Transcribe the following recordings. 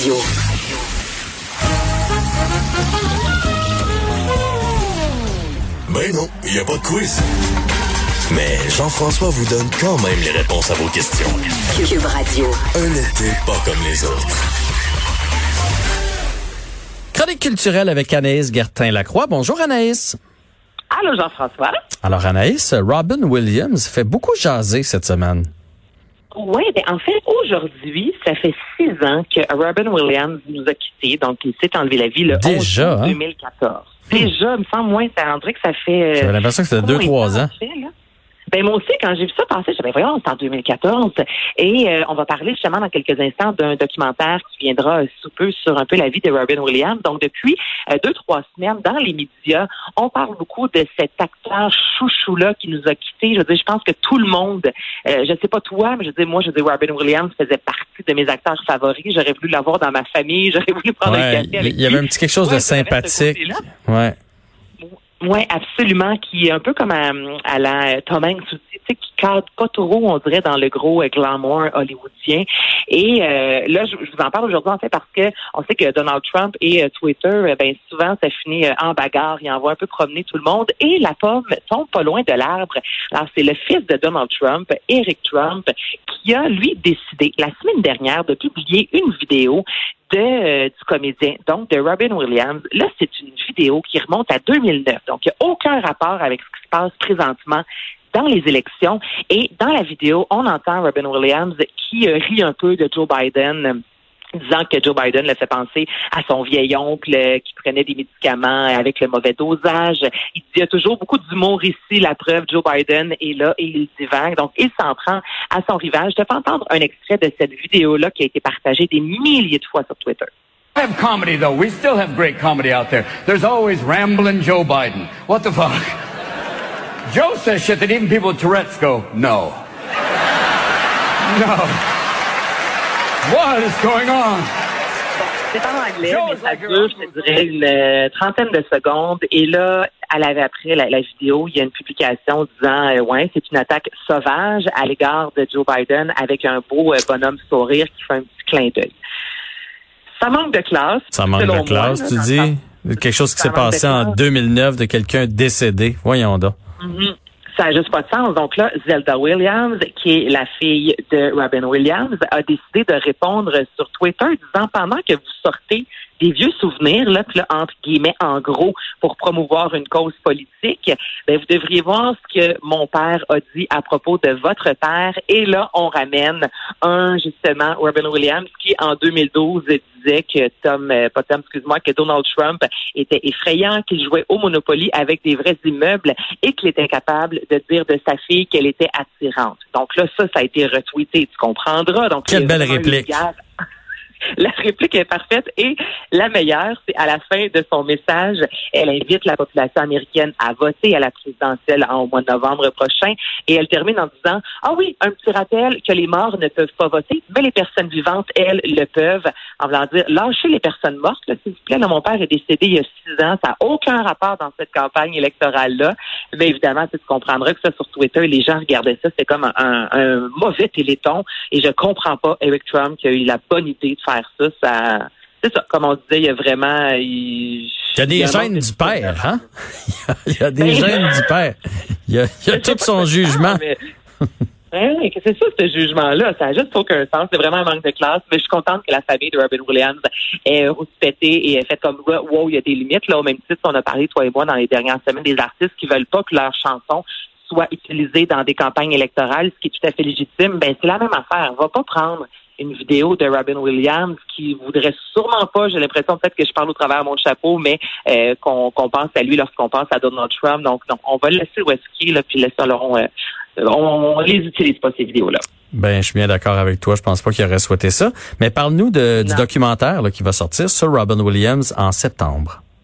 Radio. Ben non, il n'y a pas de quiz. Mais Jean-François vous donne quand même les réponses à vos questions. Cube Radio. Un été pas comme les autres. Chronique culturelle avec Anaïs Gertin-Lacroix. Bonjour Anaïs. Allô Jean-François. Alors Anaïs, Robin Williams fait beaucoup jaser cette semaine. Oui, en fait, aujourd'hui, ça fait 6 ans que Robin Williams nous a quittés. Donc, il s'est enlevé la vie le 11 août 2014. Déjà, il me semble, moins, ça rendrait que ça fait... J'avais l'impression que c'était 2-3 ans. Ben moi aussi, quand j'ai vu ça passer, j'ai dit, voyons, c'est en 2014. Et on va parler justement dans quelques instants d'un documentaire qui viendra sous peu sur un peu la vie de Robin Williams. Donc, depuis 2-3 semaines, dans les médias, on parle beaucoup de cet acteur chouchou-là qui nous a quittés. Je veux dire, je pense que tout le monde, je sais pas toi, mais moi, Robin Williams faisait partie de mes acteurs favoris. J'aurais voulu l'avoir dans ma famille. J'aurais voulu prendre un café avec lui. Il y avait un petit quelque chose de sympathique. Ouais. Oui, absolument, qui est un peu comme à la Tom Hanks aussi, tu sais, qui cadre pas trop, on dirait, dans le gros glamour hollywoodien. Et là, je vous en parle aujourd'hui, en fait, parce que on sait que Donald Trump et Twitter, ben souvent, ça finit en bagarre. Ils envoient un peu promener tout le monde. Et la pomme tombe pas loin de l'arbre. Alors, c'est le fils de Donald Trump, Eric Trump, qui a, lui, décidé, la semaine dernière, de publier une vidéo du comédien, donc de Robin Williams. Là, c'est une vidéo qui remonte à 2009. Donc, il n'y a aucun rapport avec ce qui se passe présentement dans les élections. Et dans la vidéo, on entend Robin Williams qui rit un peu de Joe Biden, disant que Joe Biden le fait penser à son vieil oncle qui prenait des médicaments avec le mauvais dosage. Il dit, il y a toujours beaucoup d'humour ici. La preuve, Joe Biden est là et il divague. Donc, il s'en prend à son rival. Je te fais entendre un extrait de cette vidéo-là qui a été partagée des milliers de fois sur Twitter. We have comedy, though. We still have great comedy out there. There's always rambling Joe Biden. What the fuck? Joe says shit that even people with Tourette's go, no. No. What is going on? C'est en anglais, mais ça dure, je te dirais, une trentaine de secondes. Et là, après la vidéo, il y a une publication disant, c'est une attaque sauvage à l'égard de Joe Biden avec un beau bonhomme sourire qui fait un petit clin d'œil. Ça manque de classe. Ça manque de classe, moi, tu dis? Quelque chose qui s'est passé en 2009 de quelqu'un décédé. Voyons donc. Mm-hmm. Ça n'a juste pas de sens. Donc là, Zelda Williams, qui est la fille de Robin Williams, a décidé de répondre sur Twitter disant pendant que vous sortez des vieux souvenirs, là, entre guillemets, en gros, pour promouvoir une cause politique, ben, vous devriez voir ce que mon père a dit à propos de votre père. Et là, on ramène justement, Robin Williams, qui, en 2012, disait que que Donald Trump était effrayant, qu'il jouait au Monopoly avec des vrais immeubles et qu'il était incapable de dire de sa fille qu'elle était attirante. Donc là, ça a été retweeté, tu comprendras. Donc, quelle belle réplique! La réplique est parfaite et la meilleure, c'est à la fin de son message, elle invite la population américaine à voter à la présidentielle au mois de novembre prochain et elle termine en disant « Ah oui, un petit rappel que les morts ne peuvent pas voter, mais les personnes vivantes, elles, le peuvent. » En voulant dire « Lâchez les personnes mortes, là, s'il vous plaît. Là, mon père est décédé il y a 6 ans. Ça n'a aucun rapport dans cette campagne électorale-là. » Mais évidemment, tu comprendras que ça, sur Twitter, les gens regardaient ça. C'était comme un mauvais téléthon et je comprends pas Eric Trump qui a eu la bonne idée de faire ça, c'est ça, comme on disait, il y a vraiment... Il y a des gènes du père, hein? Il y a des gènes du père. Il y a tout son jugement. C'est ça, ce jugement-là. Ça n'a juste aucun sens. C'est vraiment un manque de classe. Mais je suis contente que la famille de Robin Williams ait rouspété et ait fait comme wow, il y a des limites. Là, au même titre, on a parlé, toi et moi, dans les dernières semaines, des artistes qui veulent pas que leurs chansons soient utilisées dans des campagnes électorales, ce qui est tout à fait légitime. Ben, c'est la même affaire. On va pas prendre une vidéo de Robin Williams qui voudrait sûrement pas, j'ai l'impression peut-être que je parle au travers de mon chapeau, mais qu'on pense à lui lorsqu'on pense à Donald Trump. Donc on va le laisser où est-ce qu'il est, là, puis on les utilise pas, ces vidéos-là. Ben, je suis bien d'accord avec toi. Je pense pas qu'il aurait souhaité ça. Mais parle-nous du documentaire là, qui va sortir sur Robin Williams en septembre.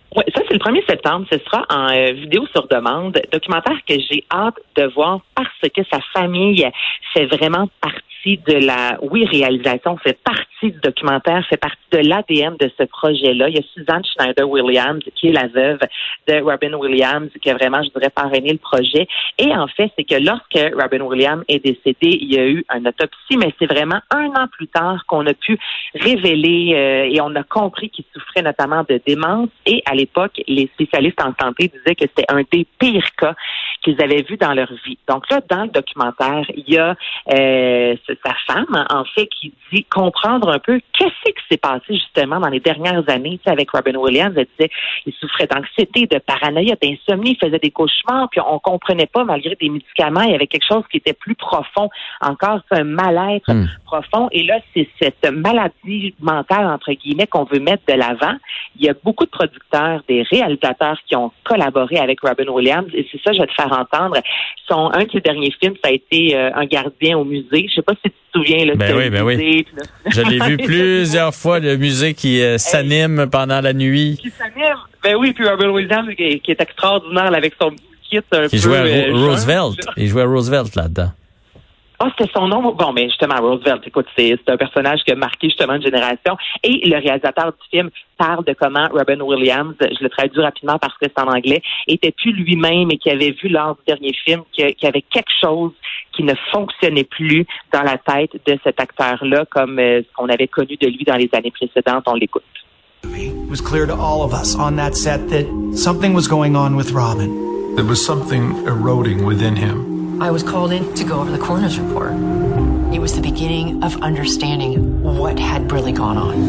Oui, ça, c'est le 1er septembre. Ce sera en vidéo sur demande. Documentaire que j'ai hâte de voir parce que sa famille fait vraiment partie de la, réalisation, fait partie du documentaire, fait partie de l'ADN de ce projet-là. Il y a Suzanne Schneider-Williams, qui est la veuve de Robin Williams, qui a vraiment, je dirais, parrainé le projet. Et en fait, c'est que lorsque Robin Williams est décédé, il y a eu une autopsie, mais c'est vraiment 1 an plus tard qu'on a pu révéler et on a compris qu'il souffrait notamment de démence. Et à l'époque, les spécialistes en santé disaient que c'était un des pires cas qu'ils avaient vus dans leur vie. Donc là, dans le documentaire, il y a sa femme, en fait, qui dit comprendre un peu qu'est-ce qui s'est passé justement dans les dernières années, avec Robin Williams. Elle disait il souffrait d'anxiété, de paranoïa, d'insomnie, il faisait des cauchemars, puis on comprenait pas, malgré des médicaments, il y avait quelque chose qui était plus profond, encore un mal-être profond. Et là, c'est cette maladie mentale, entre guillemets, qu'on veut mettre de l'avant. Il y a beaucoup de producteurs, des réalisateurs qui ont collaboré avec Robin Williams, et c'est ça, je vais te faire entendre. Un de ses derniers films, ça a été Un gardien au musée. Je sais pas si tu te souviens. Là, oui. Je l'ai vu plusieurs fois, le musée qui s'anime pendant la nuit. Qui s'anime. Ben oui, puis Robin Williams qui est extraordinaire là, avec son petit kit Il jouait à Roosevelt. Il jouait à Roosevelt là-dedans. Ah, c'était son nom. Bon, mais justement, Roosevelt, écoute, c'est un personnage qui a marqué justement une génération. Et le réalisateur du film parle de comment Robin Williams, je le traduis rapidement parce que c'est en anglais, était plus lui-même et qui avait vu lors du dernier film qu'il y avait quelque chose qui ne fonctionnait plus dans la tête de cet acteur-là, comme ce qu'on avait connu de lui dans les années précédentes. On l'écoute. It was clear to all of us on that set that something was going on with Robin. There was something eroding within him. I was called in to go over the coroner's report. It was the beginning of understanding what had really gone on.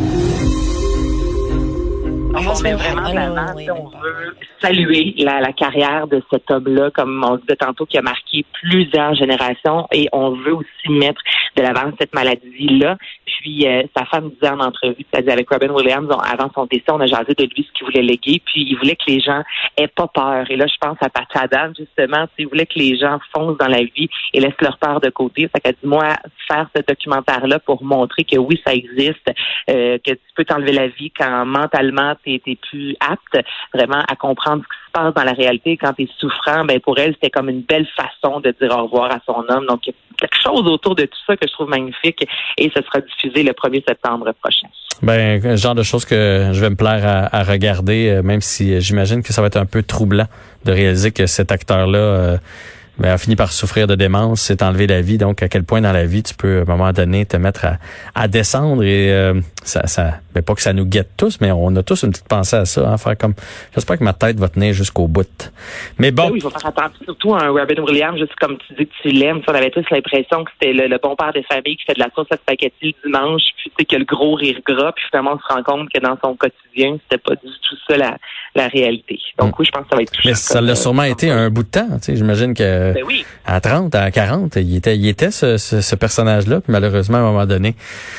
On met vraiment de l'avant, on veut saluer la carrière de cet homme-là, comme on disait tantôt, qui a marqué plusieurs générations, et on veut aussi mettre de l'avant cette maladie-là. Puis sa femme disait en entrevue, c'est-à-dire avec Robin Williams, avant son décès, on a jasé de lui ce qu'il voulait léguer, puis il voulait que les gens aient pas peur. Et là, je pense à Pat Adams, justement, il voulait que les gens foncent dans la vie et laissent leur peur de côté. Ça fait que, moi, faire ce documentaire-là pour montrer que oui, ça existe, que tu peux t'enlever la vie quand mentalement t'es plus apte vraiment à comprendre ce qui se passe dans la réalité. Quand t'es souffrant, ben pour elle, c'était comme une belle façon de dire au revoir à son homme. Donc, il y a quelque chose autour de tout ça que je trouve magnifique et ce sera diffusé le 1er septembre prochain. Ben, genre de choses que je vais me plaire à regarder, même si j'imagine que ça va être un peu troublant de réaliser que cet acteur-là a fini par souffrir de démence, s'est enlevé la vie. Donc, à quel point dans la vie tu peux, à un moment donné, te mettre à descendre et ben pas que ça nous guette tous, mais on a tous une petite pensée à ça, faire comme, j'espère que ma tête va tenir jusqu'au bout. Mais bon. Oui, il faut faire attention, surtout un Robin Williams, juste comme tu dis que tu l'aimes, on avait tous l'impression que c'était le bon père des familles qui fait de la sauce à spaghetti le dimanche, puis tu sais, que le gros rire gras, puis finalement on se rend compte que dans son quotidien, c'était pas du tout ça la réalité. Donc oui, je pense que ça va être touchant. Mais ça l'a sûrement été un bout de temps, tu sais, j'imagine que oui. À 30, à 40, il était ce personnage-là, puis malheureusement, à un moment donné,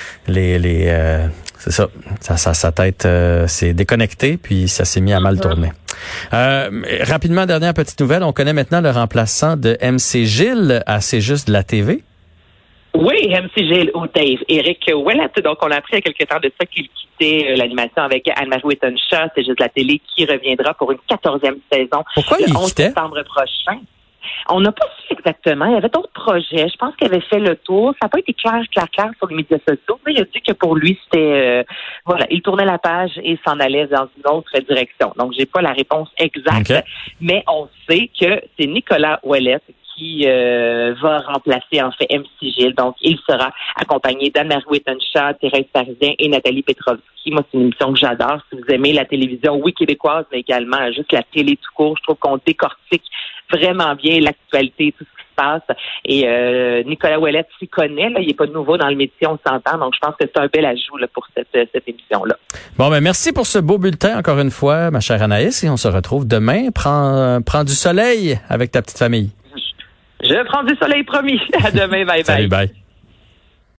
c'est ça, sa tête s'est déconnectée, puis ça s'est mis à mal tourner. Rapidement, dernière petite nouvelle, on connaît maintenant le remplaçant de MC Gilles à C'est juste de la TV. Oui, MC Gilles ou Dave, Éric Ouellette. Donc, on a appris il y a quelque temps de ça qu'il quittait l'animation avec Anne-Marie Whitton-Shaw, C'est juste de la télé, qui reviendra pour une 14e saison. Pourquoi le il 11 quittait? Septembre prochain. On n'a pas su exactement. Il y avait d'autres projets. Je pense qu'il avait fait le tour. Ça n'a pas été clair sur les médias sociaux. Mais il a dit que pour lui, c'était... il tournait la page et s'en allait dans une autre direction. Donc, j'ai pas la réponse exacte. Okay. Mais on sait que c'est Nicolas Ouellette qui va remplacer en fait MC Gilles. Donc, il sera accompagné d'Anne-Marie Whitton-Shaw, Thérèse Parisien et Nathalie Petrovski. Moi, c'est une émission que j'adore. Si vous aimez la télévision, oui, québécoise, mais également juste la télé tout court, je trouve qu'on décortique vraiment bien l'actualité, tout ce qui se passe. Et Nicolas Ouellette s'y connaît. Là, il n'est pas nouveau dans le métier, on s'entend. Donc, je pense que c'est un bel ajout là, pour cette émission-là. Bon, ben merci pour ce beau bulletin, encore une fois, ma chère Anaïs. Et on se retrouve demain. Prends du soleil avec ta petite famille. Je prends du soleil, promis. À demain. Bye bye. Salut, bye.